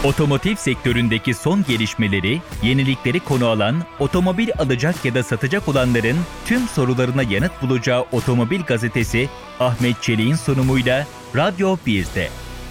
Otomotiv sektöründeki son gelişmeleri, yenilikleri konu alan, otomobil alacak ya da satacak olanların tüm sorularına yanıt bulacağı Otomobil Gazetesi, Ahmet Çelik'in sunumuyla Radyo 1'de.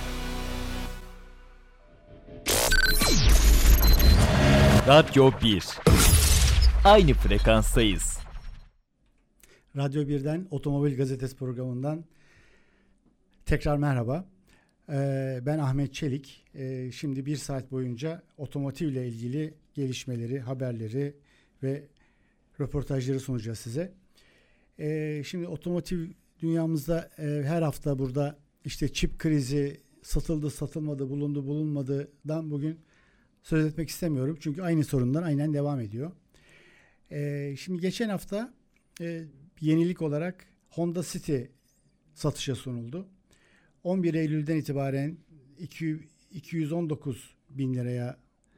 Radyo 1. Aynı frekanstayız. Radyo 1'den Otomobil Gazetesi programından tekrar merhaba. Ben Ahmet Çelik. Şimdi bir saat boyunca otomotivle ilgili gelişmeleri, haberleri ve röportajları sunacağız size. Şimdi otomotiv dünyamızda her hafta burada işte çip krizi, satıldı, satılmadı, bulundu, bulunmadıdan bugün söz etmek istemiyorum. Çünkü aynı sorunlar aynen devam ediyor. Şimdi geçen hafta yenilik olarak Honda City satışa sunuldu. 11 Eylül'den itibaren 219 bin liraya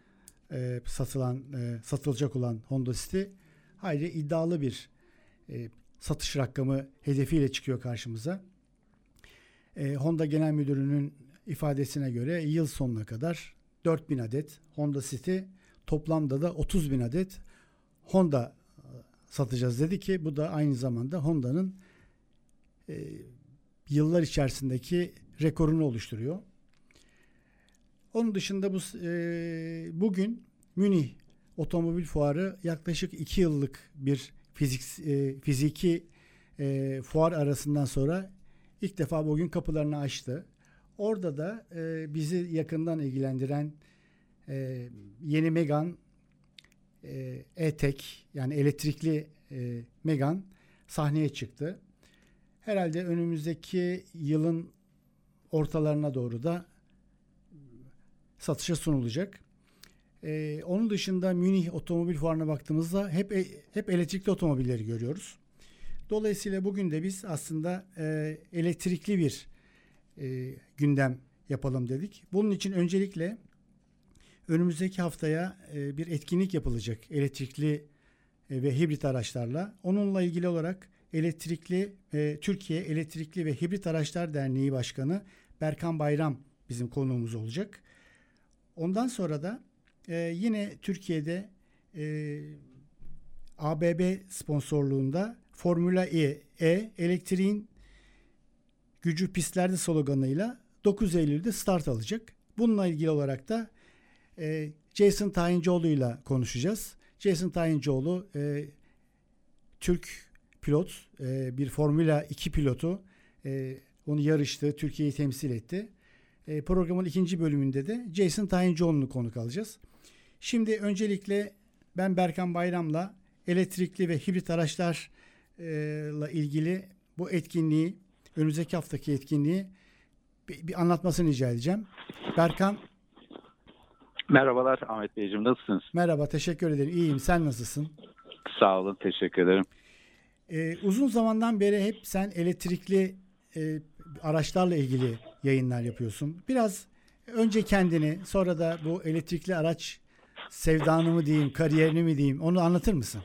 satılacak olan Honda City hayli iddialı bir satış rakamı hedefiyle çıkıyor karşımıza. Honda Genel Müdürü'nün ifadesine göre yıl sonuna kadar 4.000 adet Honda City, toplamda da 30.000 adet Honda satacağız dedi ki bu da aynı zamanda Honda'nın yıllar içerisindeki rekorunu oluşturuyor. Onun dışında bugün Münih Otomobil Fuarı yaklaşık 2 yıllık bir fiziki fuar arasından sonra ilk defa bugün kapılarını açtı. Orada da bizi yakından ilgilendiren yeni Megane E-Tech, yani elektrikli Megane sahneye çıktı. Herhalde önümüzdeki yılın ortalarına doğru da satışa sunulacak. Onun dışında Münih Otomobil Fuarı'na baktığımızda hep elektrikli otomobilleri görüyoruz. Dolayısıyla bugün de biz aslında elektrikli bir gündem yapalım dedik. Bunun için öncelikle önümüzdeki haftaya bir etkinlik yapılacak elektrikli ve hibrit araçlarla. Onunla ilgili olarak Türkiye Elektrikli ve Hibrit Araçlar Derneği Başkanı Berkan Bayram bizim konuğumuz olacak. Ondan sonra da yine Türkiye'de ABB sponsorluğunda Formula E elektriğin gücü pistlerde sloganıyla 9 Eylül'de start alacak. Bununla ilgili olarak da Jason Tayincioğlu'yla konuşacağız. Jason Tayincioğlu Türk pilot, bir Formula 2 pilotu. Onu yarıştı, Türkiye'yi temsil etti. Programın ikinci bölümünde de Jason Tayincioğlu'nu konuk alacağız. Şimdi öncelikle ben Berkan Bayram'la elektrikli ve hibrit araçlarla ilgili bu etkinliği, önümüzdeki haftaki etkinliği bir anlatmasını rica edeceğim. Berkan. Merhabalar Ahmet Beyciğim, nasılsınız? Merhaba, teşekkür ederim. İyiyim, sen nasılsın? Sağ olun, teşekkür ederim. Uzun zamandan beri hep sen elektrikli araçlarla ilgili yayınlar yapıyorsun. Biraz önce kendini, sonra da bu elektrikli araç sevdanı mı diyeyim, kariyerini mi diyeyim, onu anlatır mısın?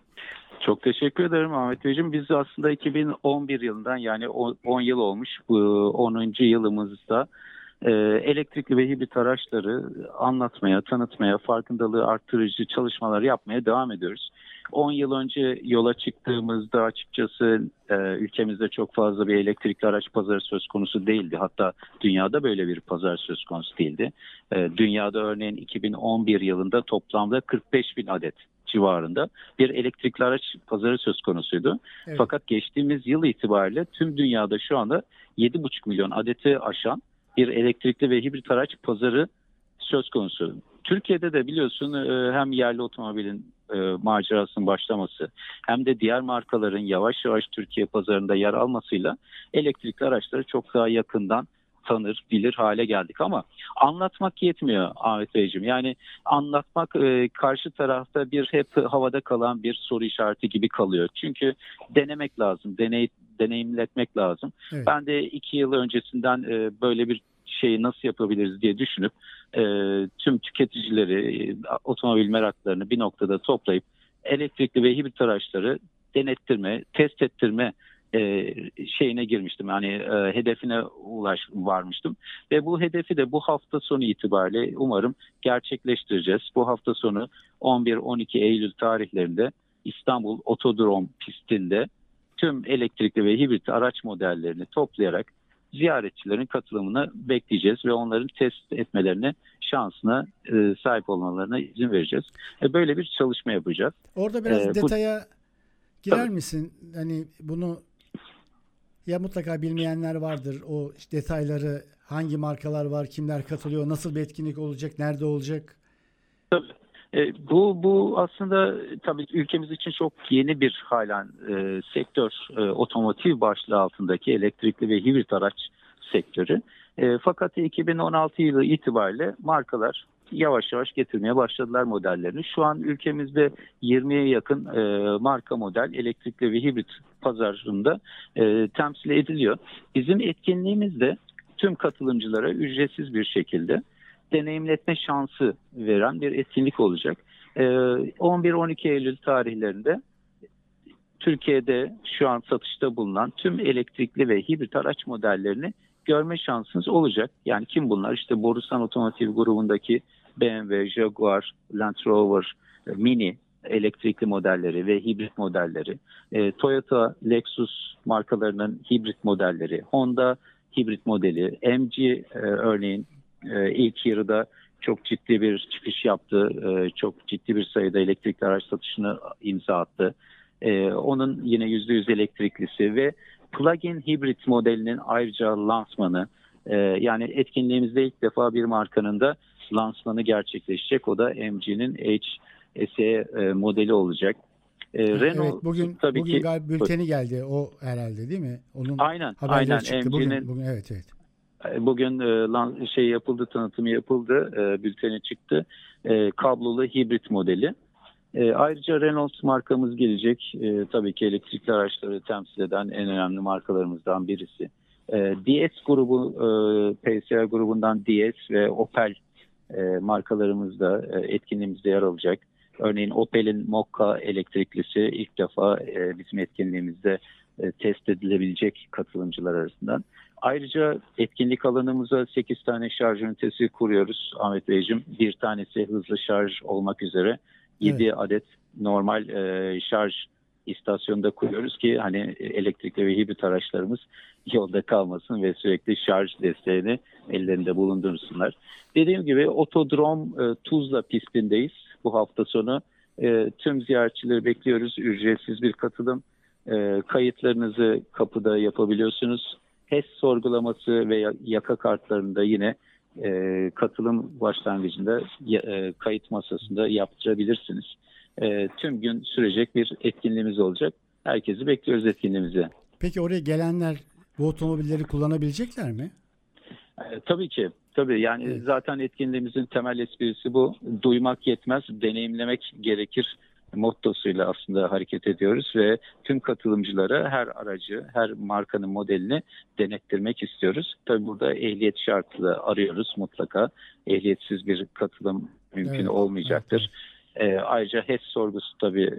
Çok teşekkür ederim Ahmet Beyciğim. Biz aslında 2011 yılından, yani 10 yıl olmuş, bu 10. yılımızda elektrikli ve hibrit araçları anlatmaya, tanıtmaya, farkındalığı arttırıcı çalışmalar yapmaya devam ediyoruz. 10 yıl önce yola çıktığımızda açıkçası ülkemizde çok fazla bir elektrikli araç pazarı söz konusu değildi. Hatta dünyada böyle bir pazar söz konusu değildi. Dünyada örneğin 2011 yılında toplamda 45 bin adet civarında bir elektrikli araç pazarı söz konusuydu. Evet. Fakat geçtiğimiz yıl itibariyle tüm dünyada şu anda 7,5 milyon adeti aşan bir elektrikli ve hibrit araç pazarı söz konusu. Türkiye'de de biliyorsun hem yerli otomobilin macerasının başlaması hem de diğer markaların yavaş yavaş Türkiye pazarında yer almasıyla elektrikli araçları çok daha yakından tanır, bilir hale geldik. Ama anlatmak yetmiyor Ahmet Beyciğim. Yani anlatmak karşı tarafta bir hep havada kalan bir soru işareti gibi kalıyor. Çünkü denemek lazım, deneyimletmek lazım. Evet. Ben de 2 yıl öncesinden böyle bir şeyi nasıl yapabiliriz diye düşünüp tüm tüketicileri, otomobil meraklarını bir noktada toplayıp elektrikli ve hibrit araçları denettirme, test ettirme şeyine girmiştim. Yani hedefine varmıştım. Ve bu hedefi de bu hafta sonu itibariyle umarım gerçekleştireceğiz. Bu hafta sonu 11-12 Eylül tarihlerinde İstanbul Otodrom pistinde tüm elektrikli ve hibrit araç modellerini toplayarak ziyaretçilerin katılımını bekleyeceğiz ve onların test etmelerine şansına sahip olmalarına izin vereceğiz. Böyle bir çalışma yapacağız. Orada biraz detaya girer misin? Hani bunu ya mutlaka bilmeyenler vardır. O detayları, hangi markalar var, kimler katılıyor, nasıl bir etkinlik olacak, nerede olacak? Tabii. Bu aslında tabii ülkemiz için çok yeni bir halen sektör, otomotiv başlığı altındaki elektrikli ve hibrit araç sektörü. Fakat 2016 yılı itibariyle markalar yavaş yavaş getirmeye başladılar modellerini. Şu an ülkemizde 20'ye yakın marka model elektrikli ve hibrit pazarında temsil ediliyor. Bizim etkinliğimiz de tüm katılımcılara ücretsiz bir şekilde deneyimletme şansı veren bir etkinlik olacak. 11-12 Eylül tarihlerinde Türkiye'de şu an satışta bulunan tüm elektrikli ve hibrit araç modellerini görme şansınız olacak. Yani kim bunlar? İşte Borusan Otomotiv grubundaki BMW, Jaguar, Land Rover, Mini elektrikli modelleri ve hibrit modelleri, Toyota, Lexus markalarının hibrit modelleri, Honda hibrit modeli, MG örneğin ilk yarıda çok ciddi bir çıkış yaptı. Çok ciddi bir sayıda elektrikli araç satışını imza attı. Onun yine %100 elektriklisi ve plug-in hibrit modelinin ayrıca lansmanı, yani etkinliğimizde ilk defa bir markanın da lansmanı gerçekleşecek. O da MG'nin HSE modeli olacak. Renault, evet, bugün bülteni geldi o herhalde, değil mi? Onun aynen çıktı. Bugün evet. Bugün yapıldı, tanıtımı yapıldı, bülteni çıktı. Kablolu hibrit modeli. Ayrıca Renault markamız gelecek. Tabii ki elektrikli araçları temsil eden en önemli markalarımızdan birisi. DS grubu, PSA grubundan DS ve Opel markalarımız da etkinliğimizde yer alacak. Örneğin Opel'in Mokka elektriklisi ilk defa bizim etkinliğimizde test edilebilecek katılımcılar arasından. Ayrıca etkinlik alanımıza 8 tane şarj ünitesi kuruyoruz Ahmet Beyciğim. Bir tanesi hızlı şarj olmak üzere 7 adet normal şarj istasyonunda kuruyoruz ki hani elektrikli ve hibrit araçlarımız yolda kalmasın ve sürekli şarj desteğini ellerinde bulundursunlar. Dediğim gibi Otodrom Tuzla pistindeyiz bu hafta sonu. Tüm ziyaretçileri bekliyoruz. Ücretsiz bir katılım. Kayıtlarınızı kapıda yapabiliyorsunuz. HES sorgulaması ve yaka kartlarında yine katılım başlangıcında kayıt masasında yaptırabilirsiniz. Tüm gün sürecek bir etkinliğimiz olacak. Herkesi bekliyoruz etkinliğimize. Peki oraya gelenler bu otomobilleri kullanabilecekler mi? Tabii ki. Tabii yani evet. Zaten etkinliğimizin temel esprisi bu. Duymak yetmez, deneyimlemek gerekir mottosuyla aslında hareket ediyoruz ve tüm katılımcılara her aracı, her markanın modelini denettirmek istiyoruz. Tabii burada ehliyet şartı arıyoruz mutlaka. Ehliyetsiz bir katılım mümkün olmayacaktır. Evet. Ayrıca HES sorgusu tabii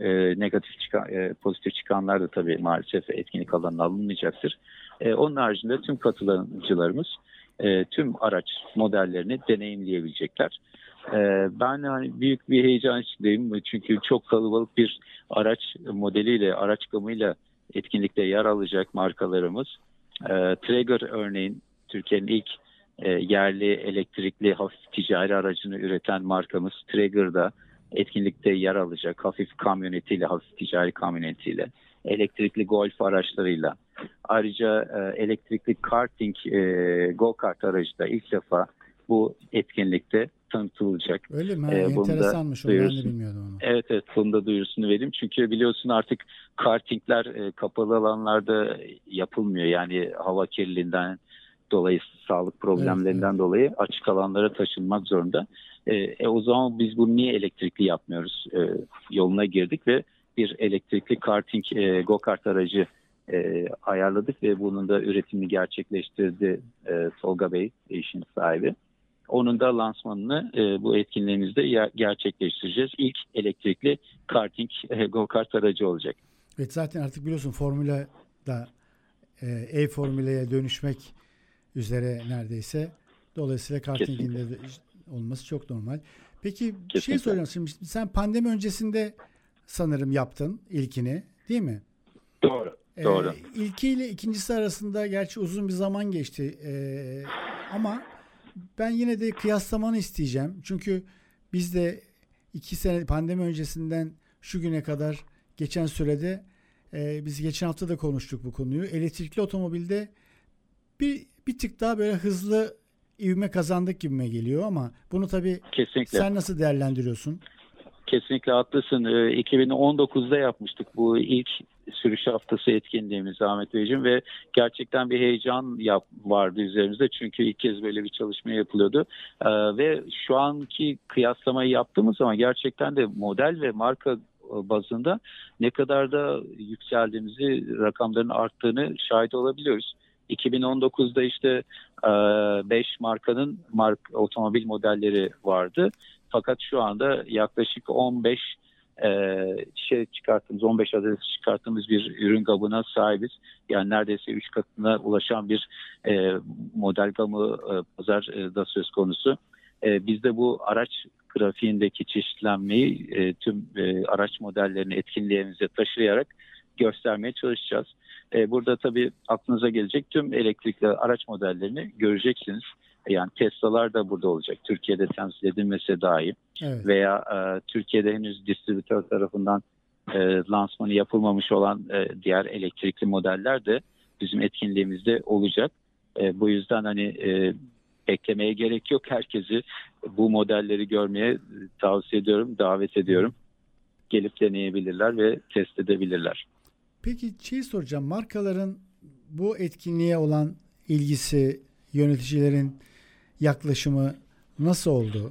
pozitif çıkanlar da tabii maalesef etkinlik alanına alınmayacaktır. Onun haricinde tüm katılımcılarımız tüm araç modellerini deneyimleyebilecekler. Ben hani büyük bir heyecan içindeyim çünkü çok kalabalık bir araç modeliyle, araç gamıyla etkinlikte yer alacak markalarımız. Traeger örneğin Türkiye'nin ilk yerli elektrikli hafif ticari aracını üreten markamız Traeger'da etkinlikte yer alacak. Hafif kamyonetiyle, hafif ticari kamyonetiyle, elektrikli golf araçlarıyla. Ayrıca elektrikli karting, go-kart aracı da ilk defa bu etkinlikte tanıtılacak. Öyle mi? Enteresanmış. Ben de bilmiyordum onu. Evet, bunun da duyurusunu vereyim. Çünkü biliyorsun artık kartingler kapalı alanlarda yapılmıyor. Yani hava kirliliğinden dolayı, sağlık problemlerinden dolayı açık alanlara taşınmak zorunda. O zaman biz bunu niye elektrikli yapmıyoruz? Yoluna girdik ve bir elektrikli karting, go-kart aracı ayarladık ve bunun da üretimini gerçekleştirdi Tolga Bey, işin sahibi. Onun da lansmanını bu etkinliğimizde gerçekleştireceğiz. İlk elektrikli karting go-kart aracı olacak. Evet, zaten artık biliyorsun Formula'da e-formüleye dönüşmek üzere neredeyse. Dolayısıyla kartinginde de olması çok normal. Peki bir şey soracağım şimdi. Sen pandemi öncesinde sanırım yaptın ilkini, değil mi? Doğru. Doğru. İlkiyle ikincisi arasında gerçi uzun bir zaman geçti. Ama ben yine de kıyaslamanı isteyeceğim. Çünkü biz de 2 sene pandemi öncesinden şu güne kadar geçen sürede biz geçen hafta da konuştuk bu konuyu. Elektrikli otomobilde bir tık daha böyle hızlı ivme kazandık gibime geliyor ama bunu tabii Kesinlikle. sen nasıl değerlendiriyorsun? Kesinlikle haklısın. 2019'da yapmıştık bu ilk sürüş haftası etkinliğimizi Ahmet Beyciğim ve gerçekten bir heyecan vardı üzerimizde. Çünkü ilk kez böyle bir çalışma yapılıyordu. Ve şu anki kıyaslamayı yaptığımız zaman gerçekten de model ve marka bazında ne kadar da yükseldiğimizi, rakamların arttığını şahit olabiliyoruz. 2019'da işte 5 markanın otomobil modelleri vardı. Fakat şu anda yaklaşık 15 adet çıkarttığımız bir ürün gamına sahibiz. Yani neredeyse 3 katına ulaşan bir model gamı pazarda söz konusu. Biz de bu araç grafiğindeki çeşitlenmeyi tüm araç modellerini etkinliğimize taşıyarak göstermeye çalışacağız. Burada tabii aklınıza gelecek tüm elektrikli araç modellerini göreceksiniz. Yani Tesla'lar da burada olacak. Türkiye'de temsil edilmesi dahi. Evet. Veya Türkiye'de henüz distribütör tarafından lansmanı yapılmamış olan diğer elektrikli modeller de bizim etkinliğimizde olacak. Bu yüzden hani beklemeye gerek yok. Herkesi bu modelleri görmeye tavsiye ediyorum, davet ediyorum. Gelip deneyebilirler ve test edebilirler. Peki soracağım. Markaların bu etkinliğe olan ilgisi, yöneticilerin yaklaşımı nasıl oldu?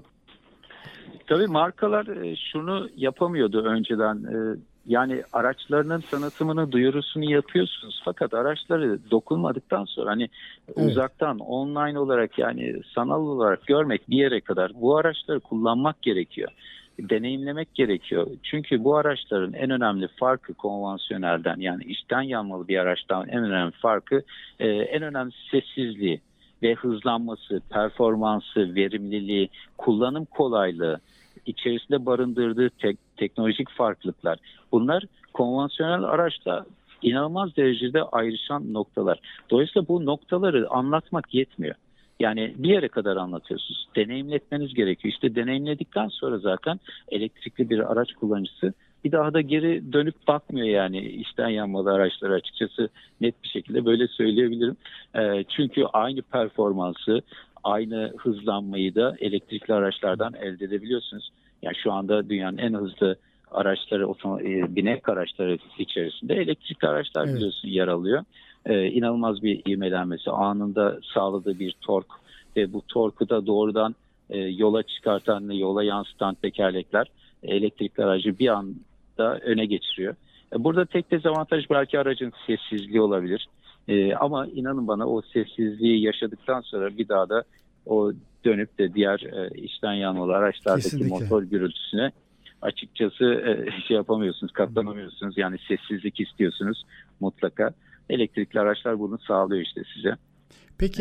Tabii markalar şunu yapamıyordu önceden. Yani araçlarının tanıtımını, duyurusunu yapıyorsunuz. Fakat araçları dokunmadıktan sonra hani uzaktan, online olarak yani sanal olarak görmek bir yere kadar bu araçları kullanmak gerekiyor. Deneyimlemek gerekiyor. Çünkü bu araçların en önemli farkı konvansiyonelden yani içten yanmalı bir araçtan en önemli farkı en önemli sessizliği ve hızlanması, performansı, verimliliği, kullanım kolaylığı, içerisinde barındırdığı teknolojik farklılıklar. Bunlar konvansiyonel araçla inanılmaz derecede ayrışan noktalar. Dolayısıyla bu noktaları anlatmak yetmiyor. Yani bir yere kadar anlatıyorsunuz. Deneyimletmeniz gerekiyor. İşte deneyimledikten sonra zaten elektrikli bir araç kullanıcısı bir daha da geri dönüp bakmıyor yani içten yanmalı araçları açıkçası net bir şekilde böyle söyleyebilirim. Çünkü aynı performansı, aynı hızlanmayı da elektrikli araçlardan elde edebiliyorsunuz. Yani şu anda dünyanın en hızlı araçları, binek araçları içerisinde elektrikli araçlar biliyorsun yer alıyor. İnanılmaz bir ivmelenmesi, anında sağladığı bir tork ve bu torku da doğrudan yola çıkartan, yola yansıtan tekerlekler elektrikli aracı bir anda öne geçiriyor. Burada tek dezavantaj belki aracın sessizliği olabilir. Ama inanın bana o sessizliği yaşadıktan sonra bir daha da o dönüp de diğer içten yanmalı araçlardaki motor gürültüsüne açıkçası yapamıyorsunuz, katlanamıyorsunuz. Yani sessizlik istiyorsunuz mutlaka. Elektrikli araçlar bunu sağlıyor işte size. Peki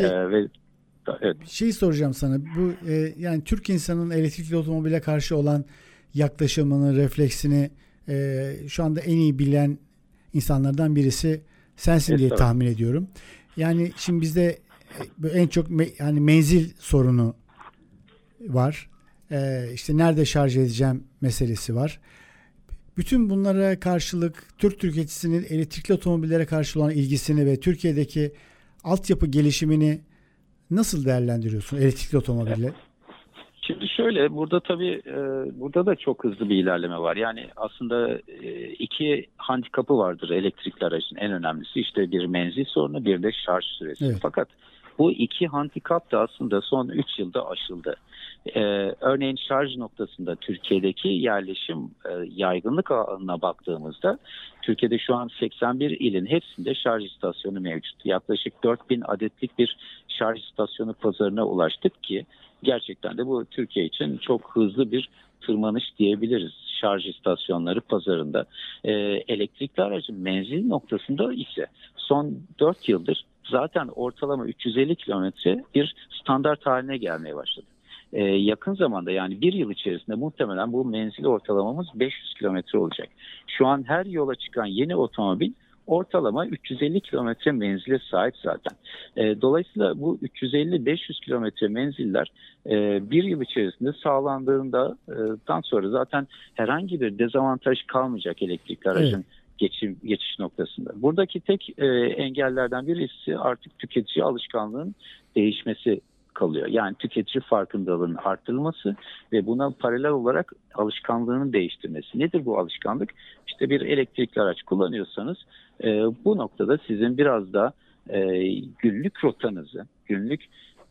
evet. Soracağım sana. Bu yani Türk insanının elektrikli otomobile karşı olan yaklaşımını, refleksini şu anda en iyi bilen insanlardan birisi sensin diye tahmin ediyorum. Yani şimdi bizde en çok yani menzil sorunu var. İşte nerede şarj edeceğim meselesi var. Bütün bunlara karşılık Türk tüketicisinin elektrikli otomobillere karşı olan ilgisini ve Türkiye'deki altyapı gelişimini nasıl değerlendiriyorsun elektrikli otomobille? Şimdi şöyle, burada tabii burada da çok hızlı bir ilerleme var. Yani aslında iki handikapı vardır elektrikli aracın. En önemlisi işte bir menzil sorunu, bir de şarj süresi. Evet. Fakat bu iki handikap da aslında son 3 yılda aşıldı. Örneğin şarj noktasında Türkiye'deki yerleşim yaygınlık alanına baktığımızda Türkiye'de şu an 81 ilin hepsinde şarj istasyonu mevcut. Yaklaşık 4000 adetlik bir şarj istasyonu pazarına ulaştık ki gerçekten de bu Türkiye için çok hızlı bir tırmanış diyebiliriz şarj istasyonları pazarında. Elektrikli aracın menzil noktasında ise son 4 yıldır zaten ortalama 350 kilometre bir standart haline gelmeye başladı. Yakın zamanda yani bir yıl içerisinde muhtemelen bu menzili ortalamamız 500 kilometre olacak. Şu an her yola çıkan yeni otomobil ortalama 350 kilometre menzile sahip zaten. Dolayısıyla bu 350-500 kilometre menziller bir yıl içerisinde sağlandığından sonra zaten herhangi bir dezavantaj kalmayacak elektrikli aracın geçiş noktasında. Buradaki tek engellerden birisi artık tüketici alışkanlığının değişmesi kalıyor. Yani tüketici farkındalığının arttırılması ve buna paralel olarak alışkanlığının değiştirmesi. Nedir bu alışkanlık? İşte bir elektrikli araç kullanıyorsanız bu noktada sizin biraz da günlük rotanızı, günlük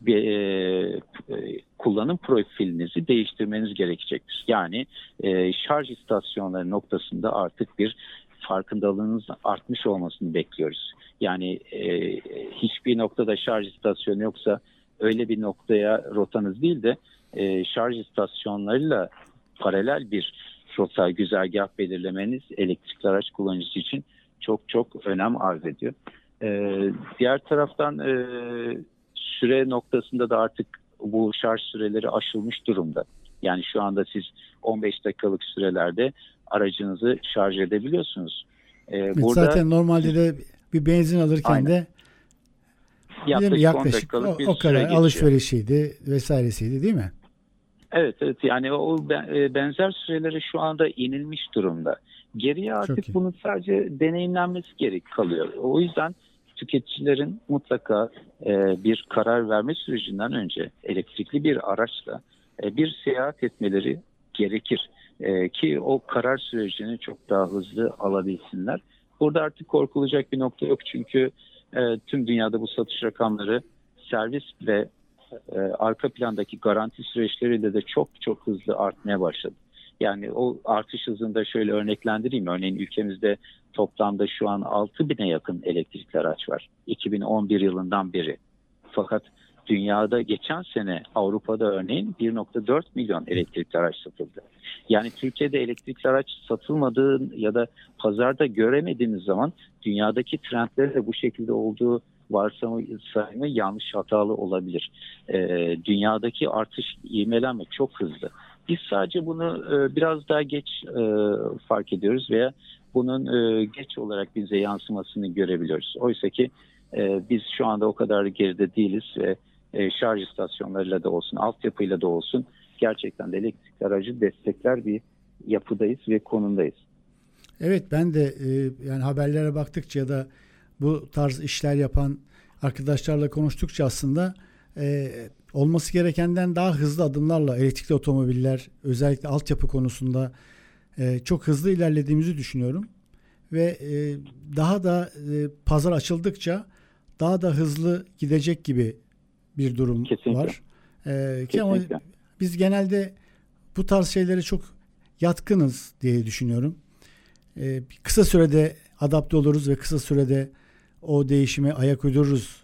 kullanım profilinizi değiştirmeniz gerekecektir. Yani şarj istasyonları noktasında artık bir farkındalığınız artmış olmasını bekliyoruz. Yani hiçbir noktada şarj istasyonu yoksa öyle bir noktaya rotanız değil de şarj istasyonlarıyla paralel bir rota, güzergah belirlemeniz elektrikli araç kullanıcısı için çok çok önem arz ediyor. Diğer taraftan süre noktasında da artık bu şarj süreleri aşılmış durumda. Yani şu anda siz 15 dakikalık sürelerde aracınızı şarj edebiliyorsunuz. Burada zaten normalde de bir benzin alırken aynen. de yaklaşık o kadar alışverişiydi vesairesiydi değil mi? Evet yani o benzer süreleri şu anda inilmiş durumda. Geriye artık bunun sadece deneyimlenmesi gerek kalıyor. O yüzden tüketicilerin mutlaka bir karar verme sürecinden önce elektrikli bir araçla bir seyahat etmeleri gerekir. Ki o karar sürecini çok daha hızlı alabilsinler. Burada artık korkulacak bir nokta yok çünkü tüm dünyada bu satış rakamları servis ve arka plandaki garanti süreçleriyle de çok çok hızlı artmaya başladı. Yani o artış hızında şöyle örneklendireyim. Örneğin ülkemizde toplamda şu an 6.000'e yakın elektrikli araç var. 2011 yılından beri. Fakat dünyada geçen sene Avrupa'da örneğin 1.4 milyon elektrikli araç satıldı. Yani Türkiye'de elektrikli araç satılmadığı ya da pazarda göremediğimiz zaman dünyadaki trendlerin de bu şekilde olduğu varsayımı yanlış, hatalı olabilir. Dünyadaki artış, ivmelenme çok hızlı. Biz sadece bunu biraz daha geç fark ediyoruz veya bunun geç olarak bize yansımasını görebiliyoruz. Oysa ki biz şu anda o kadar geride değiliz ve şarj istasyonlarıyla da olsun, altyapıyla da olsun gerçekten de elektrikli aracı destekler bir yapıdayız ve konumdayız. Evet, ben de yani haberlere baktıkça ya da bu tarz işler yapan arkadaşlarla konuştukça aslında olması gerekenden daha hızlı adımlarla elektrikli otomobiller özellikle altyapı konusunda çok hızlı ilerlediğimizi düşünüyorum. Ve daha da pazar açıldıkça daha da hızlı gidecek gibi bir durum Kesinlikle. Var. Ki ama biz genelde bu tarz şeylere çok yatkınız diye düşünüyorum. Kısa sürede adapte oluruz ve kısa sürede o değişime ayak uydururuz.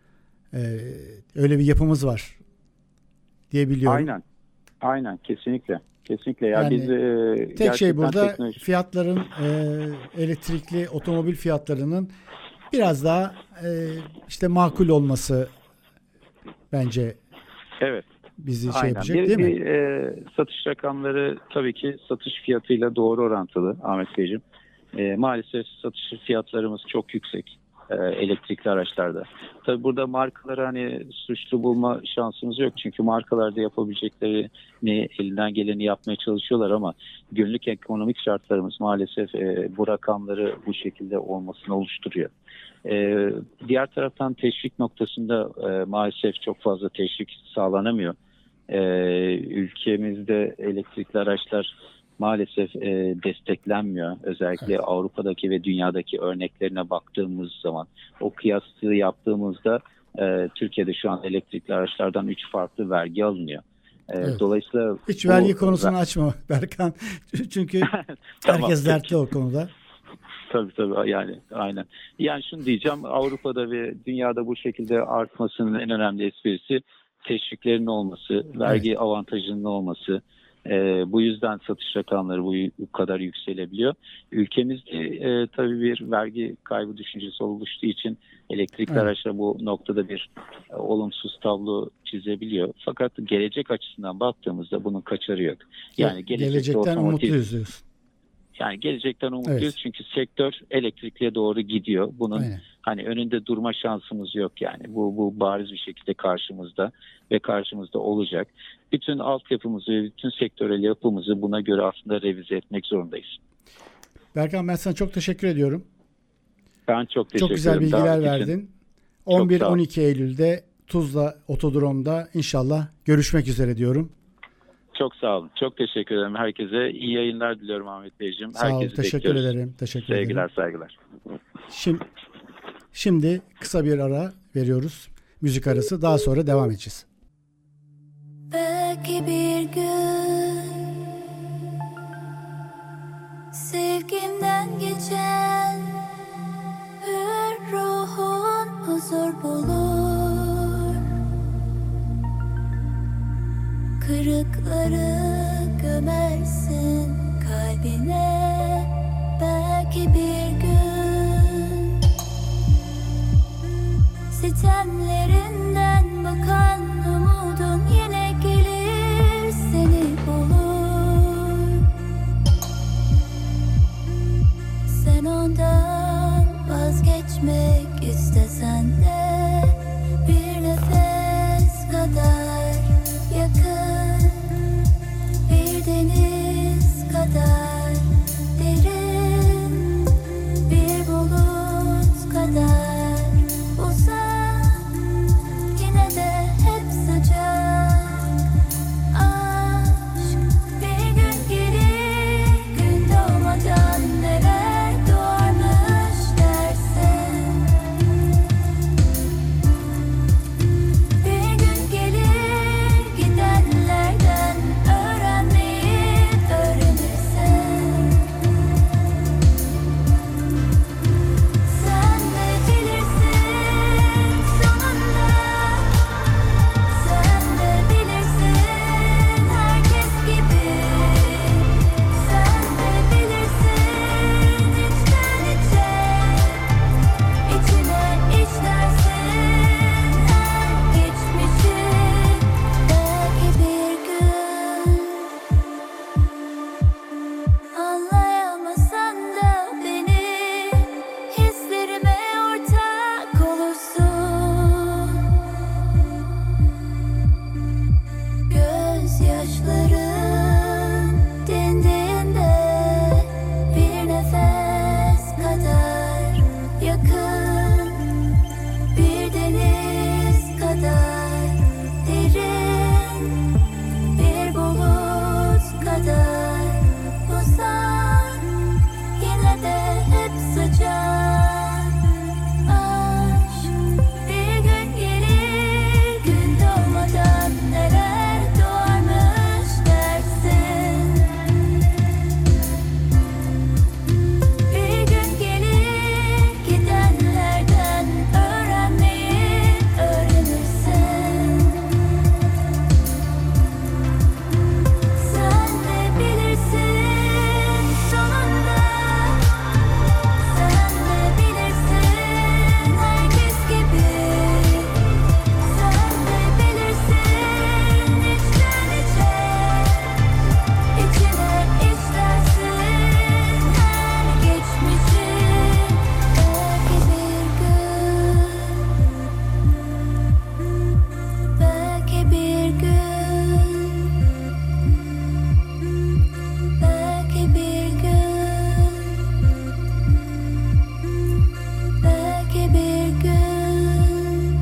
Öyle bir yapımız var diye biliyorum. Aynen kesinlikle. Kesinlikle. Ya yani biz tek şey burada fiyatların elektrikli otomobil fiyatlarının biraz daha işte makul olması bence. Evet. Bizi şey yapacak değil mi? Satış rakamları tabii ki satış fiyatıyla doğru orantılı Ahmet Beyciğim. Maalesef satış fiyatlarımız çok yüksek elektrikli araçlarda. Tabii burada markaları hani suçlu bulma şansımız yok. Çünkü markalarda yapabileceklerini elinden geleni yapmaya çalışıyorlar ama günlük ekonomik şartlarımız maalesef bu rakamları bu şekilde olmasını oluşturuyor. Diğer taraftan teşvik noktasında maalesef çok fazla teşvik sağlanamıyor. Ülkemizde elektrikli araçlar maalesef desteklenmiyor. Özellikle Avrupa'daki ve dünyadaki örneklerine baktığımız zaman o kıyası yaptığımızda Türkiye'de şu an elektrikli araçlardan 3 farklı vergi alınıyor. Evet. Dolayısıyla hiç vergi konusunu açma Berkan. Çünkü herkes dertli o konuda. Tabii yani aynen. Yani şunu diyeceğim, Avrupa'da ve dünyada bu şekilde artmasının en önemli esprisi teşviklerin olması, vergi avantajının olması. Bu yüzden satış rakamları bu kadar yükselebiliyor. Ülkemizde tabii bir vergi kaybı düşüncesi oluştuğu için elektrikli Evet. araçlar bu noktada bir olumsuz tablo çizebiliyor. Fakat gelecek açısından baktığımızda bunun kaçarı yok. Yani Gelecekten umutluyuz diyorsun. Yani gelecekten umutluyuz Evet. çünkü sektör elektrikliye doğru gidiyor. Bunun Aynen. hani önünde durma şansımız yok yani. Bu bariz bir şekilde karşımızda ve karşımızda olacak. Bütün altyapımızı ve bütün sektörel yapımızı buna göre aslında revize etmek zorundayız. Berkan, ben sana çok teşekkür ediyorum. Ben çok teşekkür Çok güzel ederim. bilgiler Davet için. verdin. Çok sağ ol. 11-12 Eylül'de Tuzla Otodrom'da inşallah görüşmek üzere diyorum. Çok sağ olun. Çok teşekkür ederim. Herkese iyi yayınlar diliyorum Ahmet Beyciğim. Sağ ol. Herkesi Teşekkür bekliyoruz. ederim. Teşekkür Sevgiler, ederim. saygılar. Şimdi kısa bir ara veriyoruz. Müzik arası. Daha sonra devam edeceğiz. Belki bir gün sevgimden geçen hür ruhun huzur bulur. Kırıkları gömersin kalbine. Belki bir gün sitemlerinden bakan umudun yine gelir seni bulur. Sen ondan vazgeçmek istesen de bir nefes kadar yakın, bir deniz kadar derin, bir bulut kadar uzak, yine de hep sıcak. Aşk bir gün gelir, gün doğmadan neler doğarmış dersin. Bir gün gelir, gidenlerden öğrenmeyi öğrenirsin. Sen de bilirsin sonunda, sen de bilirsin herkes gibi. Sen de bilirsin içten içe, içine işlersin her geçmişi. Belki bir gün anlayamasan da beni, hislerime ortak olursun. Gözyaşların dindiğinde bir nefes kadar yakın, bir deniz kadar derin, bir bulut kadar uzak, yine de hep sıcak. Aşk bir gün gelir, gün doğmadan neler doğarmış dersin. Bir gün gelir, gidenlerden öğrenmeyi öğrenirsin. Sen de bilirsin sonunda, sen de bilirsin herkes gibi. Sen de bilirsin içten içe, içine işlersin her geçmişi. Belki bir gün, belki bir gün, belki bir gün.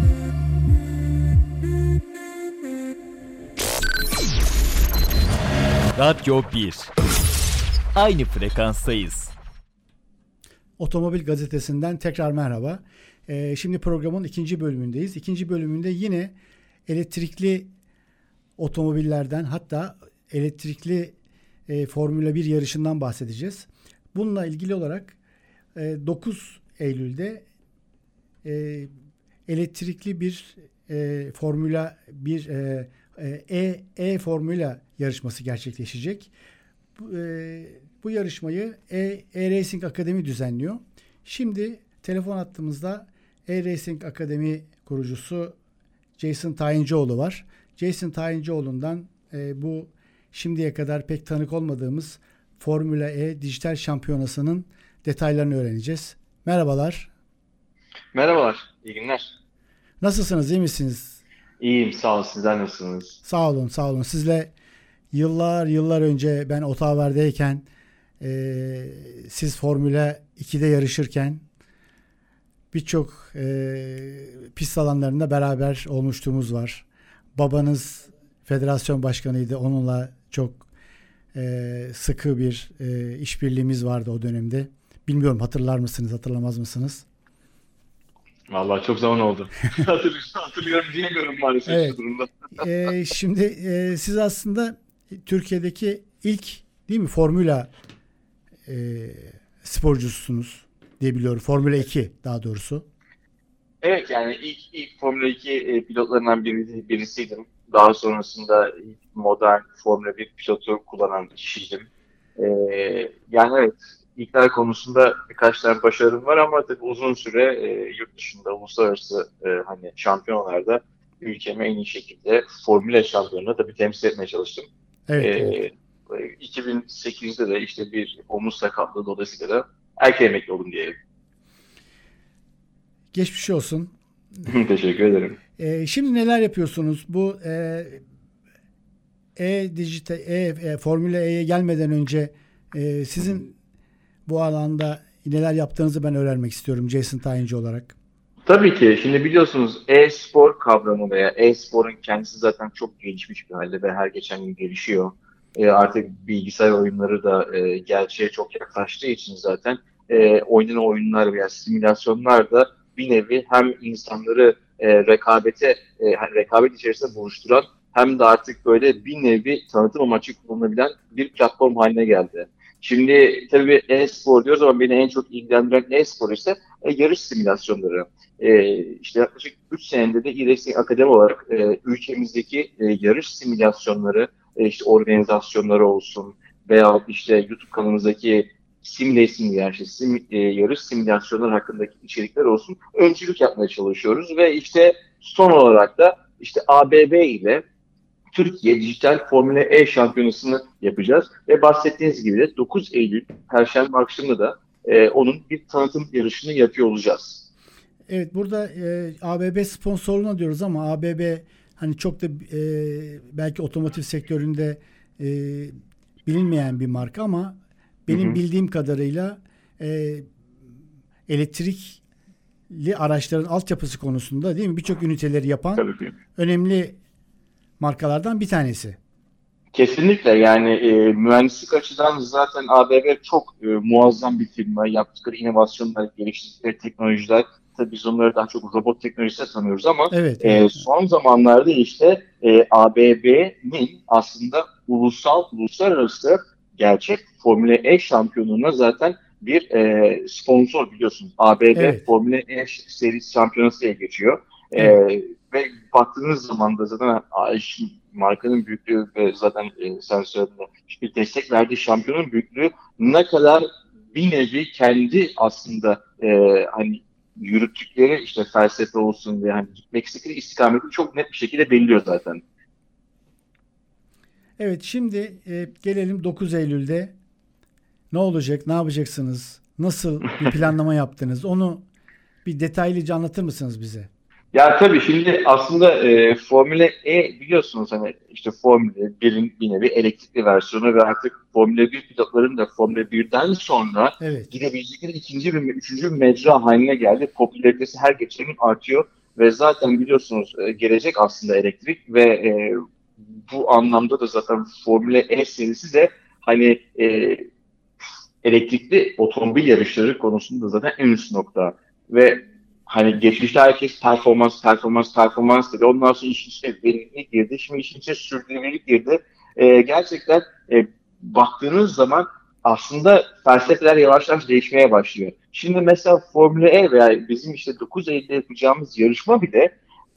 Radyo 1. Aynı frekanstayız. Otomobil Gazetesi'nden tekrar merhaba. Şimdi programın ikinci bölümündeyiz. İkinci bölümünde yine elektrikli otomobillerden, hatta elektrikli Formula 1 yarışından bahsedeceğiz. Bununla ilgili olarak 9 Eylül'de elektrikli bir Formula 1 Formula yarışması gerçekleşecek. Bu yarışmayı E-Racing Akademi düzenliyor. Şimdi telefon hattımızda E-Racing Akademi kurucusu Jason Tayincioğlu var. Jason Tayincioğlu'ndan bu şimdiye kadar pek tanık olmadığımız Formula E dijital şampiyonasının detaylarını öğreneceğiz. Merhabalar. Merhabalar, iyi günler. Nasılsınız, iyi misiniz? İyiyim, sağ olun. Sizler nasılsınız? Sağ olun, sağ olun. Sizle yıllar önce ben Ottawa'dayken siz Formula 2'de yarışırken birçok pist alanlarında beraber olmuşluğumuz var. Babanız federasyon başkanıydı. Onunla çok sıkı bir işbirliğimiz vardı o dönemde. Bilmiyorum hatırlar mısınız, hatırlamaz mısınız? Vallahi çok zaman oldu. Hatırlıyorum diyemiyorum maalesef Evet. şu durumda. Şimdi siz aslında Türkiye'deki ilk değil mi Formula sporcusunuz diye biliyorum. Formula 2 daha doğrusu. Evet, yani ilk Formula 2 pilotlarından birisiydim. Daha sonrasında ilk modern Formula 1 pilotu kullanan kişiydim. Yani evet, ilkler konusunda birkaç tane başarım var ama tabii uzun süre yurt dışında uluslararası hani şampiyonalarda ülkemi en iyi şekilde Formula şampiyonluğunda tabii temsil etmeye çalıştım. Evet. 2008'de de işte bir omuz sakatlığı dolayısıyla da erken emekli oldum diyelim. Geçmiş olsun. Teşekkür ederim. Şimdi neler yapıyorsunuz? Bu Formula E'ye gelmeden önce sizin bu alanda neler yaptığınızı ben öğrenmek istiyorum Jason Tayinci olarak. Tabii ki. Şimdi biliyorsunuz e-spor kavramı veya e-sporun kendisi zaten çok gelişmiş bir halde ve her geçen gün gelişiyor. Artık bilgisayar oyunları da gerçeğe çok yaklaştığı için zaten oynanan oyunlar veya simülasyonlar da bir nevi hem insanları rekabet içerisinde buluşturan hem de artık böyle bir nevi tanıtım amaçlı kullanılabilen bir platform haline geldi. Şimdi tabii e-spor diyoruz ama beni en çok ilgilendiren e-spor ise yarış simülasyonları. İşte yaklaşık 3 senedir de e-Racing Akademi olarak ülkemizdeki yarış simülasyonları, işte organizasyonları olsun veya işte YouTube kanalımızdaki simülasyon yarış simülasyonları hakkındaki içerikler olsun öncülük yapmaya çalışıyoruz ve işte son olarak da işte ABB ile Türkiye Dijital Formula E Şampiyonası'nı yapacağız ve bahsettiğiniz gibi de 9 Eylül Perşembe akşamında da onun bir tanıtım yarışını yapıyor olacağız. Evet, burada ABB sponsorluğuna diyoruz ama ABB hani çok da belki otomotiv sektöründe bilinmeyen bir marka ama benim bildiğim kadarıyla elektrikli araçların altyapısı konusunda değil mi birçok üniteleri yapan önemli markalardan bir tanesi. Kesinlikle yani mühendislik açıdan zaten ABB çok muazzam bir firma. Yaptıkları inovasyonlar, geliştirdikleri teknolojiler, tabii biz onları daha çok robot teknolojisi tanıyoruz ama evet. Son zamanlarda işte ABB'nin aslında uluslararası gerçek Formula E şampiyonluğuna zaten bir sponsor biliyorsunuz. ABB Formula E serisi şampiyonası diye geçiyor. Ve baktığınız zaman da zaten markanın büyüklüğü ve zaten sen söyledin bir destek verdiği şampiyonun büyüklüğü ne kadar bir nevi kendi aslında hani yürüttükleri işte felsefe olsun ve hani gitmek istedikleri istikameti çok net bir şekilde belirliyor zaten. Evet, şimdi gelelim 9 Eylül'de ne olacak, ne yapacaksınız, nasıl bir planlama yaptınız onu bir detaylıca anlatır mısınız bize? Ya tabii şimdi aslında Formula E biliyorsunuz hani işte Formula 1'in bir nevi elektrikli versiyonu ve artık Formula 1 pilotların da Formula 1'den sonra gidebilecekleri ikinci ve üçüncü mecra haline geldi. Popülaritesi her geçen gün artıyor ve zaten biliyorsunuz gelecek aslında elektrik ve bu anlamda da zaten Formula E serisi de hani elektrikli otomobil yarışları konusunda zaten en üst nokta ve hani geçmişte herkes performans dedi. Ondan sonra işin içine verimlilik girdi. Şimdi işin içine sürdürülebilirlik girdi. Gerçekten baktığınız zaman aslında felsefeler yavaş yavaş değişmeye başlıyor. Şimdi mesela Formula E veya bizim işte 9 Eylül'de yapacağımız yarışma bile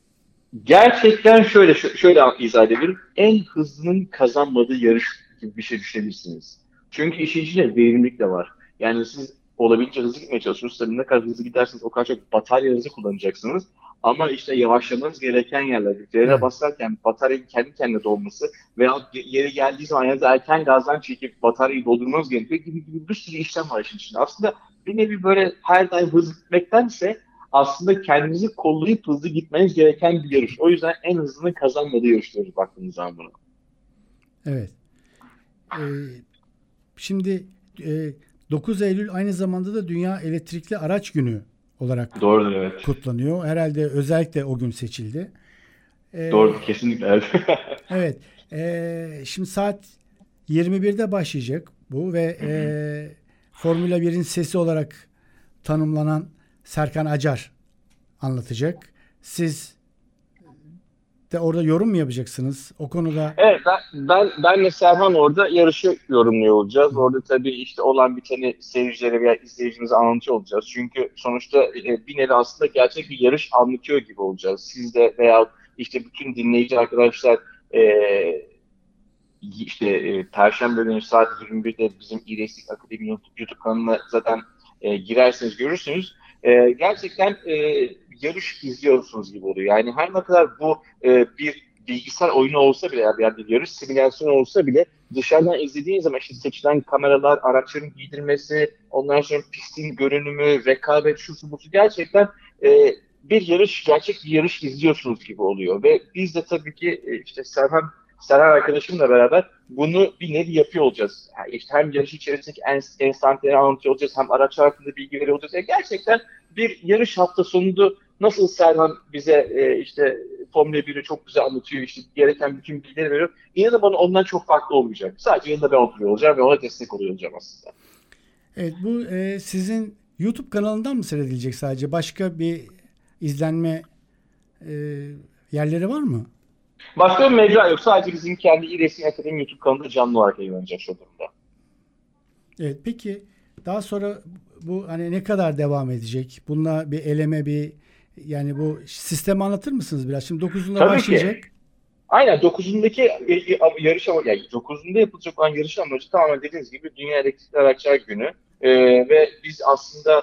Gerçekten şöyle izah edebilirim. En hızlının kazanmadığı yarış gibi bir şey düşünebilirsiniz. Çünkü işin içinde verimlilik de var. Yani siz olabildiğince hızlı gitmeye çalışıyorsunuz. Tabii ne kadar hızlı giderseniz o kadar çok bataryanızı kullanacaksınız. Ama işte yavaşlamanız gereken yerler, frene Evet. basarken bataryanın kendi kendine dolması veya yeri geldiği zaman ya da erken gazdan çekip bataryayı doldurmanız gerekiyor gibi bir sürü işlem var işin içinde. Aslında bir nevi böyle her daim hızlı gitmektense aslında kendinizi kollayıp hızlı gitmeniz gereken bir yarış. O yüzden en hızlının kazanmadığı yarış diyoruz baktığımız zaman buna. Evet. Ee, Şimdi 9 Eylül aynı zamanda da Dünya Elektrikli Araç Günü olarak Doğrudur, evet. kutlanıyor. Herhalde özellikle o gün seçildi. Doğru, kesinlikle evet. Evet. Şimdi saat 21'de başlayacak bu ve Formula 1'in sesi olarak tanımlanan Serkan Acar anlatacak. Siz de orada yorum mu yapacaksınız? O konuda Evet, benle Serhan orada yarışı yorumluyor olacağız. Orada tabii işte olan biteni seyircilere veya izleyicimize anlatıyor olacağız. Çünkü sonuçta bir nevi aslında gerçek bir yarış anlatıyor gibi olacağız. Siz de veya işte bütün dinleyici arkadaşlar Perşembe günü saat 21'de bizim e-Racing Akademi YouTube kanalına zaten girerseniz görürsünüz. Gerçekten yarış izliyorsunuz gibi oluyor. Yani her ne kadar bu bir bilgisayar oyunu olsa bile yani bir yarış simülasyonu olsa bile dışarıdan izlediğiniz zaman işte seçilen kameralar, araçların giydirmesi, ondan sonra pistin görünümü, rekabet, şusu busu gerçekten bir yarış, gerçek bir yarış izliyorsunuz gibi oluyor. Ve biz de tabii ki işte Serhan arkadaşımla beraber bunu bir nevi yapıyor olacağız. Yani işte hem yarış içerisindeki enstantaneleri anlatıyor olacağız, hem araç hakkında bilgi veriyor olacağız. Yani gerçekten bir yarış hafta sonunda nasıl Serhan bize işte Formula 1'i çok güzel anlatıyor, işte gereken bütün bilgileri veriyor. İnanın bana ondan çok farklı olmayacak. Sadece yanında ben oturuyor olacağım ve ona destek oluyor olacağım aslında. evet, bu sizin YouTube kanalından mı seyredilecek sadece? Başka bir izlenme e, yerleri var mı? Başka bir mecra yok. Sadece bizim kendi e-Racing Akademi YouTube kanalında canlı olarak yayınlanacak şu durumda. Evet, peki daha sonra bu hani ne kadar devam edecek? Bununla bir eleme yani bu sistemi anlatır mısınız biraz? Şimdi 9'unda Tabii başlayacak. ki. Aynen 9'undaki yarış yani 9'unda yapılacak olan yarış amacı tamamen dediğiniz gibi Dünya Elektrikli Araçlar Günü. Ve biz aslında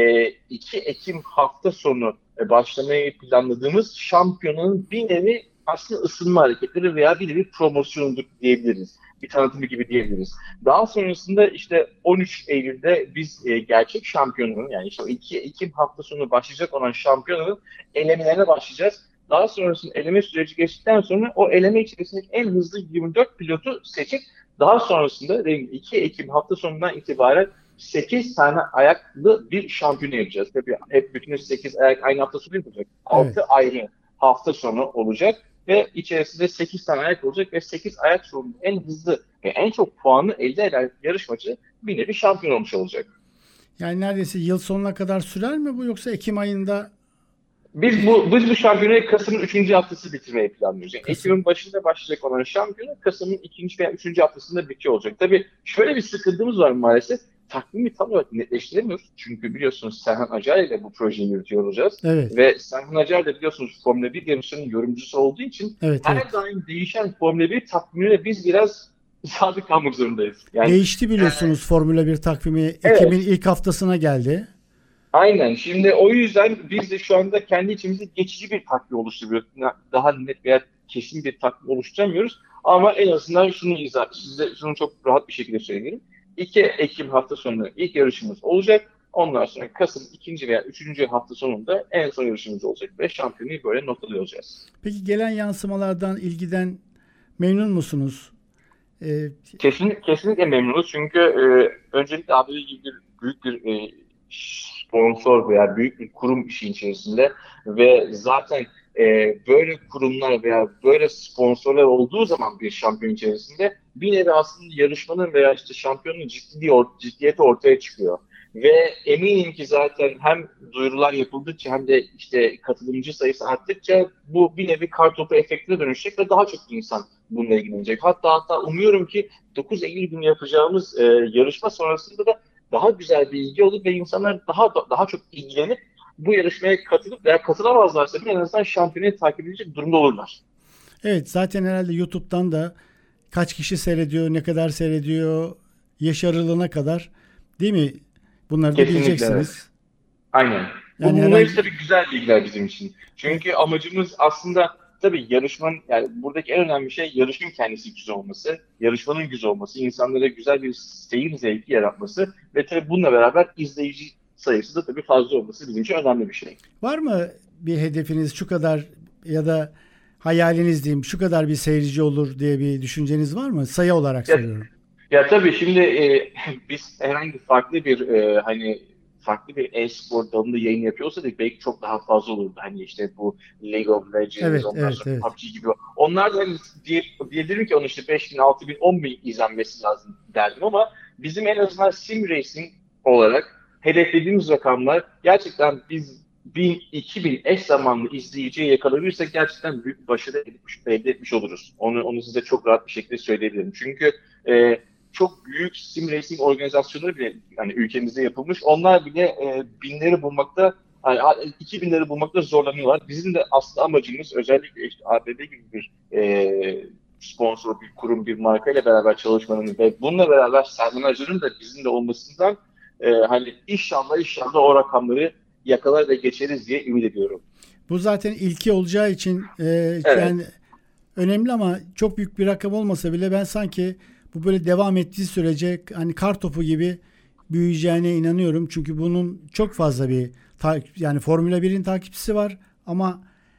2 Ekim hafta sonu başlamayı planladığımız şampiyonanın bir nevi aslında ısınma hareketleri veya bir nevi promosyonluk diyebiliriz. Bir tanıtımı gibi diyebiliriz. Daha sonrasında işte 13 Eylül'de biz gerçek şampiyonun yani işte 2 Ekim hafta sonu başlayacak olan şampiyonun elemelerine başlayacağız. Daha sonrasında eleme süreci geçtikten sonra o eleme içerisindeki en hızlı 24 pilotu seçip daha sonrasında 2 Ekim hafta sonundan itibaren 8 tane ayaklı bir şampiyonu yapacağız. Tabii hep bütün 8 ayak aynı hafta sonu yapacak. 6 ayrı hafta sonu olacak ve içerisinde 8 tane ayak olacak ve 8 ayak sonunda en hızlı ve en çok puanı elde eden yarışmacı bir nevi şampiyon olmuş olacak. Yani neredeyse yıl sonuna kadar sürer mi bu, yoksa Ekim ayında? Biz bu şampiyonayı Kasım'ın 3. haftası bitirmeyi planlıyoruz. Yani Kasım. Ekim'in başında başlayacak olan şampiyonu Kasım'ın 2. veya 3. haftasında bitiyor olacak. Tabii şöyle bir sıkıntımız var maalesef. Takvimi tam olarak netleştiremiyoruz. Çünkü biliyorsunuz Serhan Acar ile bu projeyi yürütüyor olacağız. Evet. Ve Serhan Acar da biliyorsunuz Formula 1 yarışlarının yorumcusu olduğu için Evet, her daim değişen Formula 1 takvimine biz biraz sadık kalmak zorundayız. Yani, Değişti biliyorsunuz Formula 1 takvimi. Evet. Ekim'in ilk haftasına geldi. Aynen. Şimdi o yüzden biz de şu anda kendi içimizde geçici bir takvim oluşturuyoruz. Daha net veya kesin bir takvim oluşturamıyoruz. Ama en azından size şunu çok rahat bir şekilde söyleyelim. 2 Ekim hafta sonu ilk yarışımız olacak. Ondan sonra Kasım 2. veya 3. hafta sonunda en son yarışımız olacak ve şampiyonu böyle noktalıyor olacağız. Peki gelen yansımalardan, ilgiden memnun musunuz? Kesinlikle memnunuz. Çünkü öncelikle ABD gibi büyük bir sponsor veya büyük bir kurum işin içerisinde ve zaten böyle kurumlar veya böyle sponsorlar olduğu zaman bir şampiyon içerisinde bir nevi aslında yarışmanın veya işte şampiyonun ciddiyeti ortaya çıkıyor. Ve eminim ki zaten hem duyurular yapıldıkça hem de işte katılımcı sayısı arttıkça bu bir nevi kartopu efektine dönüşecek ve daha çok insan bununla ilgilenecek. Hatta umuyorum ki 9 Eylül günü yapacağımız yarışma sonrasında da daha güzel bir ilgi olur ve insanlar daha çok ilgilenip bu yarışmaya katılıp veya katılamazlarsa bile en azından şampiyonayı takip edecek durumda olurlar. Evet, zaten herhalde YouTube'dan da kaç kişi seyrediyor, ne kadar seyrediyor, yaş aralığına kadar, değil mi? Bunları da Kesinlikle bileceksiniz. evet. Aynen. Yani Bunlar herhangi... hepsi tabii güzel bilgiler bizim için. Çünkü amacımız aslında tabii yarışmanın, yani buradaki en önemli şey yarışmanın kendisi güzel olması, yarışmanın güzel olması, insanlara güzel bir seyir zevki yaratması ve tabii bununla beraber izleyici sayısı da tabii fazla olması bizim için önemli bir şey. Var mı bir hedefiniz, şu kadar ya da hayaliniz diyeyim, şu kadar bir seyirci olur diye bir düşünceniz var mı? Sayı olarak Ya, soruyorum. ya tabii şimdi biz herhangi farklı bir hani farklı bir e-spor dalında yayın yapıyor olsaydık belki çok daha fazla olurdu. Hani işte bu League of Legends, Evet, ondan evet, sonra evet. PUBG gibi. Onlar da hani diyebilirim ki onun işte 5.000, 6.000, 10.000 izlenmesi lazım derdim ama bizim en azından sim racing olarak hedeflediğimiz rakamlar gerçekten biz 1000, 2000 eş zamanlı izleyiciye yakalanırsak gerçekten büyük bir başarı elde etmiş oluruz. Onu size çok rahat bir şekilde söyleyebilirim. Çünkü çok büyük sim racing organizasyonları bile hani ülkemizde yapılmış. Onlar bile binleri bulmakta, yani 2000'leri bulmakta zorlanıyorlar. Bizim de aslında amacımız özellikle işte ABD gibi bir sponsor, bir kurum, bir markayla beraber çalışmanın ve bununla beraber Serhan Acar'ın da bizim de olmasından hani inşallah o rakamları yakalar ve geçeriz diye ümit ediyorum. Bu zaten ilki olacağı için Evet. yani önemli ama çok büyük bir rakam olmasa bile ben sanki bu böyle devam ettiği sürece hani kar topu gibi büyüyeceğine inanıyorum. Çünkü bunun çok fazla bir yani Formula 1'in takipçisi var ama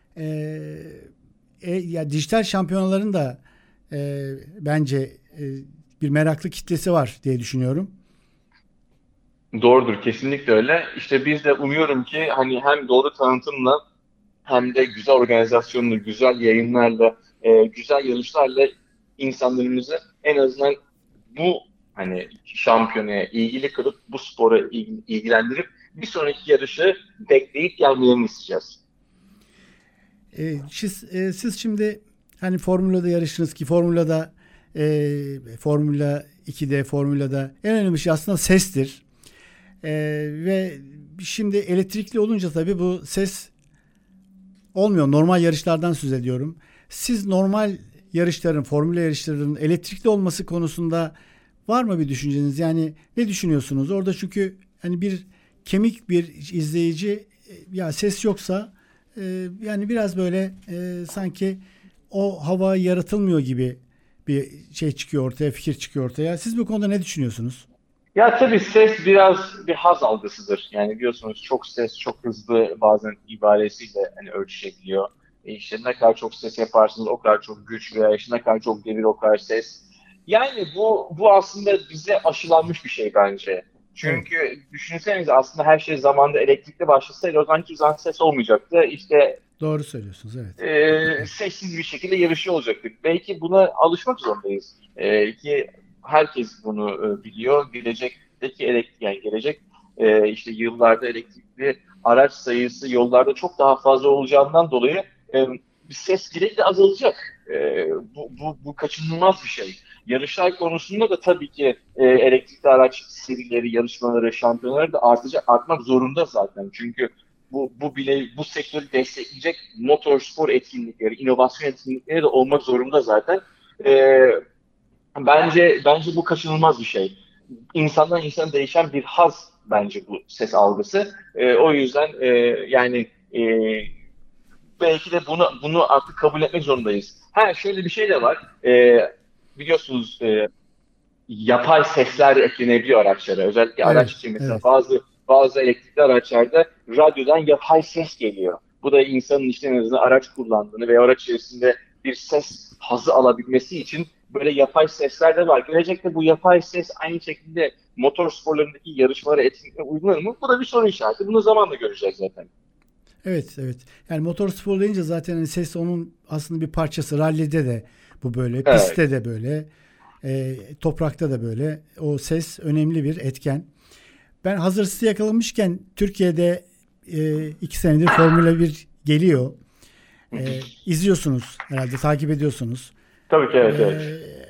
ya dijital şampiyonaların da bence bir meraklı kitlesi var diye düşünüyorum. Doğrudur, kesinlikle öyle. İşte biz de umuyorum ki hani hem doğru tanıtımla hem de güzel organizasyonlu, güzel yayınlarla, güzel yarışlarla insanlarımızı en azından bu hani şampiyonaya ilgili kılıp bu spora ilgilendirip bir sonraki yarışı bekleyip gelmelerini isteyeceğiz. Siz şimdi hani Formula'da yarıştınız ki Formula'da Formula 2'de Formula'da en önemli şey aslında sestir. Ve şimdi elektrikli olunca tabii bu ses olmuyor. Normal yarışlardan söz ediyorum. Siz normal yarışların, formüle yarışların elektrikli olması konusunda var mı bir düşünceniz? Yani ne düşünüyorsunuz? Orada çünkü hani bir kemik bir izleyici ya ses yoksa yani biraz böyle sanki o hava yaratılmıyor gibi bir şey çıkıyor ortaya, fikir çıkıyor ortaya. Siz bu konuda ne düşünüyorsunuz? Ya tabii ses biraz bir haz algısıdır. Yani biliyorsunuz çok ses çok hızlı bazen ibaresiyle hani ölçüşebiliyor. İşte ne kadar çok ses yaparsınız o kadar çok güç veya işte ne kadar çok devir o kadar ses. Yani bu aslında bize aşılanmış bir şey bence. Evet, Çünkü düşünsenize aslında her şey zamanında elektrikli başlasaydı o zaman hiçbir zaman ses olmayacaktı. İşte doğru söylüyorsunuz. Evet. sessiz bir şekilde yarışıyor olacaktık. Belki buna alışmak zorundayız. Ki herkes bunu biliyor. Gelecek işte yıllarda elektrikli araç sayısı yollarda çok daha fazla olacağından dolayı ses giderek de azalacak. Bu kaçınılmaz bir şey. Yarışlar konusunda da tabii ki elektrikli araç serileri, yarışmaları, şampiyonları da artmak zorunda zaten. Çünkü bu sektörü destekleyecek motorspor etkinlikleri, inovasyon etkinlikleri de olmak zorunda zaten. Ee, bence bu kaçınılmaz bir şey. İnsandan insana değişen bir haz bence bu ses algısı. O yüzden yani belki de bunu artık kabul etmek zorundayız. Şöyle bir şey de var. Biliyorsunuz yapay sesler eklenebiliyor araçlara. Özellikle Evet, araç için mesela evet. bazı elektrikli araçlarda radyodan yapay ses geliyor. Bu da insanın işte en azından araç kullandığını veya araç içerisinde bir ses hazzı alabilmesi için böyle yapay sesler de var. Gelecekte bu yapay ses aynı şekilde motor sporlarındaki yarışmalara etkinliklere uygulanır mı? Bu da bir soru işareti. Bunu zamanla göreceğiz zaten. Evet, evet. Yani motorspor deyince zaten hani ses onun aslında bir parçası. Rallide de bu böyle, Evet. pistte de böyle, toprakta da böyle. O ses önemli bir etken. Ben hazır sizi yakalamışken Türkiye'de 2 senedir Formula 1 geliyor. İzliyorsunuz herhalde, takip ediyorsunuz. Tabii ki evet, E, evet.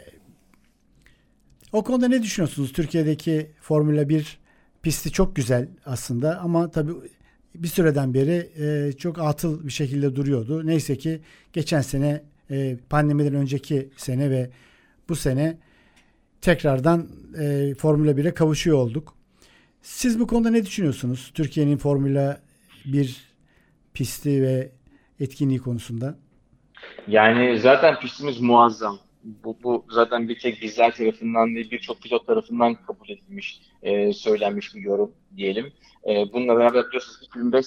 O konuda ne düşünüyorsunuz? Türkiye'deki Formula 1 pisti çok güzel aslında ama tabii bir süreden beri çok atıl bir şekilde duruyordu. Neyse ki geçen sene, pandemiden önceki sene ve bu sene tekrardan Formula 1'e kavuşuyor olduk. Siz bu konuda ne düşünüyorsunuz? Türkiye'nin Formula 1 pisti ve etkinliği konusunda. Yani zaten pistimiz muazzam. Bu zaten bir tek bizler tarafından değil, birçok pilot tarafından kabul edilmiş, söylenmiş bir yorum diyelim. Bununla beraber biliyorsunuz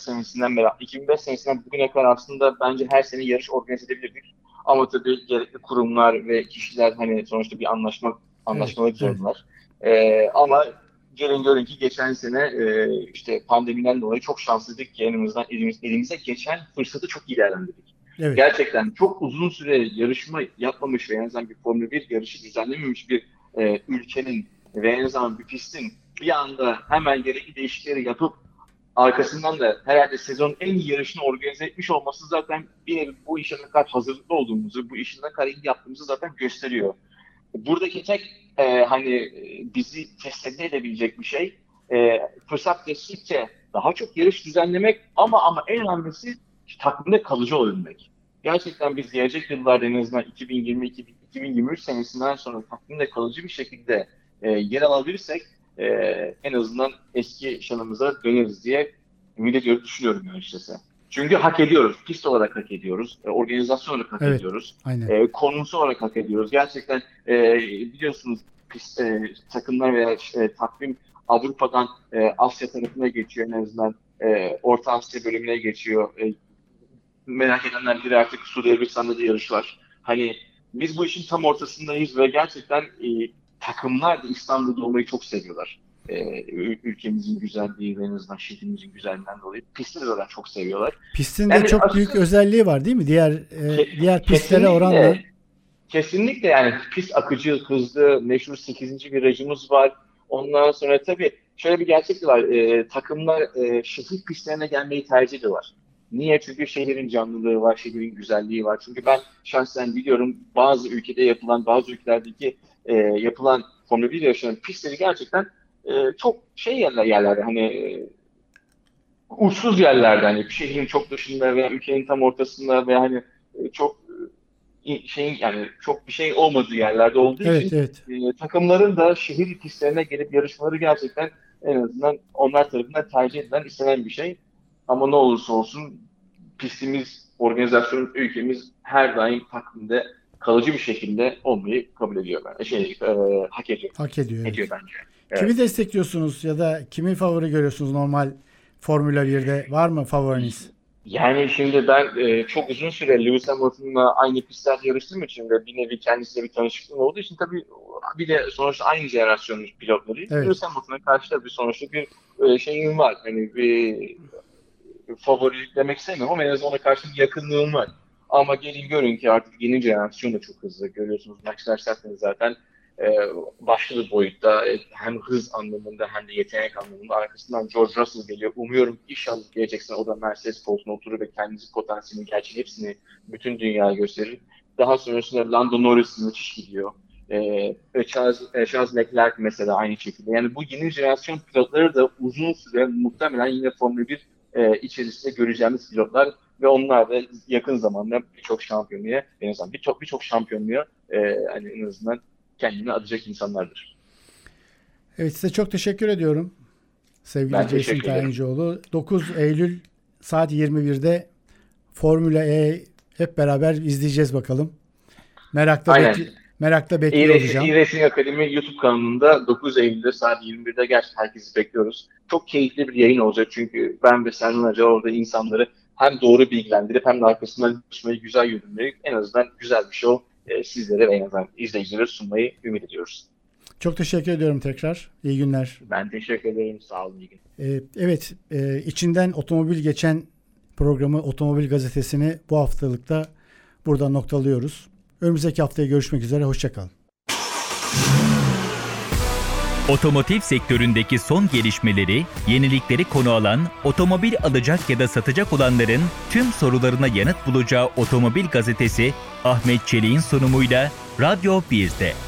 2005 senesinden bugüne kadar aslında bence her sene yarış organize edebilirdik. Ama tabii gerekli kurumlar ve kişiler hani sonuçta bir anlaşmalı zorunlar. Ama gelin görün ki geçen sene işte pandemiden dolayı çok şanslıydık ki elimize geçen fırsatı çok iyi değerlendirdik. Evet. Gerçekten çok uzun süre yarışma yapmamış ve en azından bir Formula 1 yarışı düzenlememiş bir ülkenin ve en azından bir pistin bir anda hemen gerekli değişiklikleri yapıp arkasından da herhalde sezonun en iyi yarışını organize etmiş olması zaten bir bu işe ne kadar hazırlıklı olduğumuzu, bu işin ne kadar iyi yaptığımızı zaten gösteriyor. Buradaki tek hani bizi teselli edebilecek bir şey fırsat geçtikçe daha çok yarış düzenlemek ama en önemlisi takvimde kalıcı olabilmek. Gerçekten biz gelecek yıllarda en azından 2022-2023 senesinden sonra takvimde kalıcı bir şekilde yer alabilirsek en azından eski şanımıza döneriz diye ümit ediyorum, düşünüyorum açıkçası. Çünkü hak ediyoruz. Pist olarak hak ediyoruz. Organizasyon olarak hak ediyoruz. Konusu olarak hak ediyoruz. Gerçekten biliyorsunuz pist takımlar veya takvim Avrupa'dan Asya tarafına geçiyor en azından. Orta Asya bölümüne geçiyor. Merak edenler biri artık Suudi Arabistan'da da yarış var. Hani biz bu işin tam ortasındayız ve gerçekten takımlar da İstanbul'da olmayı çok seviyorlar. Ülkemizin güzelliği ve en azından şehrimizin güzelliğinden dolayı pisti de çok seviyorlar. Pistin de çok büyük özelliği var değil mi? Diğer pistlere oranla. Kesinlikle yani pist akıcı, hızlı, meşhur 8. virajımız var. Ondan sonra tabii şöyle bir gerçek de var. Takımlar şehir pistlerine gelmeyi tercih ediyorlar. Niye? Çünkü şehrin canlılığı var, şehrin güzelliği var. Çünkü ben şahsen biliyorum bazı ülkelerdeki yapılan Formula 1 yarışlarının pistleri gerçekten çok yerlerde hani uçsuz yerlerde hani şehrin çok dışında veya ülkenin tam ortasında veya hani çok çok bir şey olmadığı yerlerde olduğu için takımların da şehir pistlerine gelip yarışmaları gerçekten en azından onlar tarafından tercih edilen, istenen bir şey. Ama ne olursa olsun pistimiz, organizasyon ülkemiz her daim takvimde kalıcı bir şekilde olmayı kabul ediyor. Hak ediyor. Hak ediyor. Ediyor bence. Evet. Kimi destekliyorsunuz ya da kimi favori görüyorsunuz normal Formula 1'de? Var mı favoriniz? Yani şimdi ben çok uzun süre Lewis Hamilton'la aynı pistlerde yarıştığım için ve bir nevi kendisiyle bir tanışıklığım olduğu için tabii bir de sonuçta aynı jenerasyonun pilotları. Evet. Lewis Hamilton'a karşı da bir sonuçta bir şeyim var. Hani bir favorilik demek istemiyorum ama en azından ona karşı bir yakınlığım var. Ama gelin görün ki artık yeni jenerasyon da çok hızlı. Görüyorsunuz Max Verstappen zaten başka bir boyutta hem hız anlamında hem de yetenek anlamında arkasından George Russell geliyor. Umuyorum inşallah gelecek sene o da Mercedes koltuğuna oturur ve kendisi potansiyelini, gerçek hepsini bütün dünyaya gösterir. Daha sonrasında Lando Norris müthiş gidiyor. Charles Leclerc mesela aynı şekilde. Yani bu yeni jenerasyon pilotları da uzun süre muhtemelen yine Formula 1 içerisinde göreceğimiz pilotlar ve onlar da yakın zamanda birçok şampiyonluğa en azından birçok şampiyonluğa hani en azından kendini adayacak insanlardır. Evet, size çok teşekkür ediyorum. Sevgili Jason Tayincioğlu. 9 Eylül saat 21'de Formula E hep beraber izleyeceğiz bakalım. Merakla bekliyor olacağım. E-Racing Akademi YouTube kanalında 9 Eylül'de saat 21'de gerçekten herkesi bekliyoruz. Çok keyifli bir yayın olacak çünkü ben ve Serhan Hoca orada insanları hem doğru bilgilendirip hem de arkasından konuşmayı güzel yorumlayıp en azından güzel bir show sizlere ve en azından izleyicilere sunmayı ümit ediyoruz. Çok teşekkür ediyorum tekrar. İyi günler. Ben teşekkür ederim. Sağ olun. İyi günler. Evet, içinden otomobil geçen programı Otomobil Gazetesi'ni bu haftalıkta burada noktalıyoruz. Önümüzdeki haftaya görüşmek üzere. Hoşça kalın. Otomotiv sektöründeki son gelişmeleri, yenilikleri konu alan, otomobil alacak ya da satacak olanların tüm sorularına yanıt bulacağı Otomobil Gazetesi Ahmet Çelik'in sunumuyla Radyo 1'de.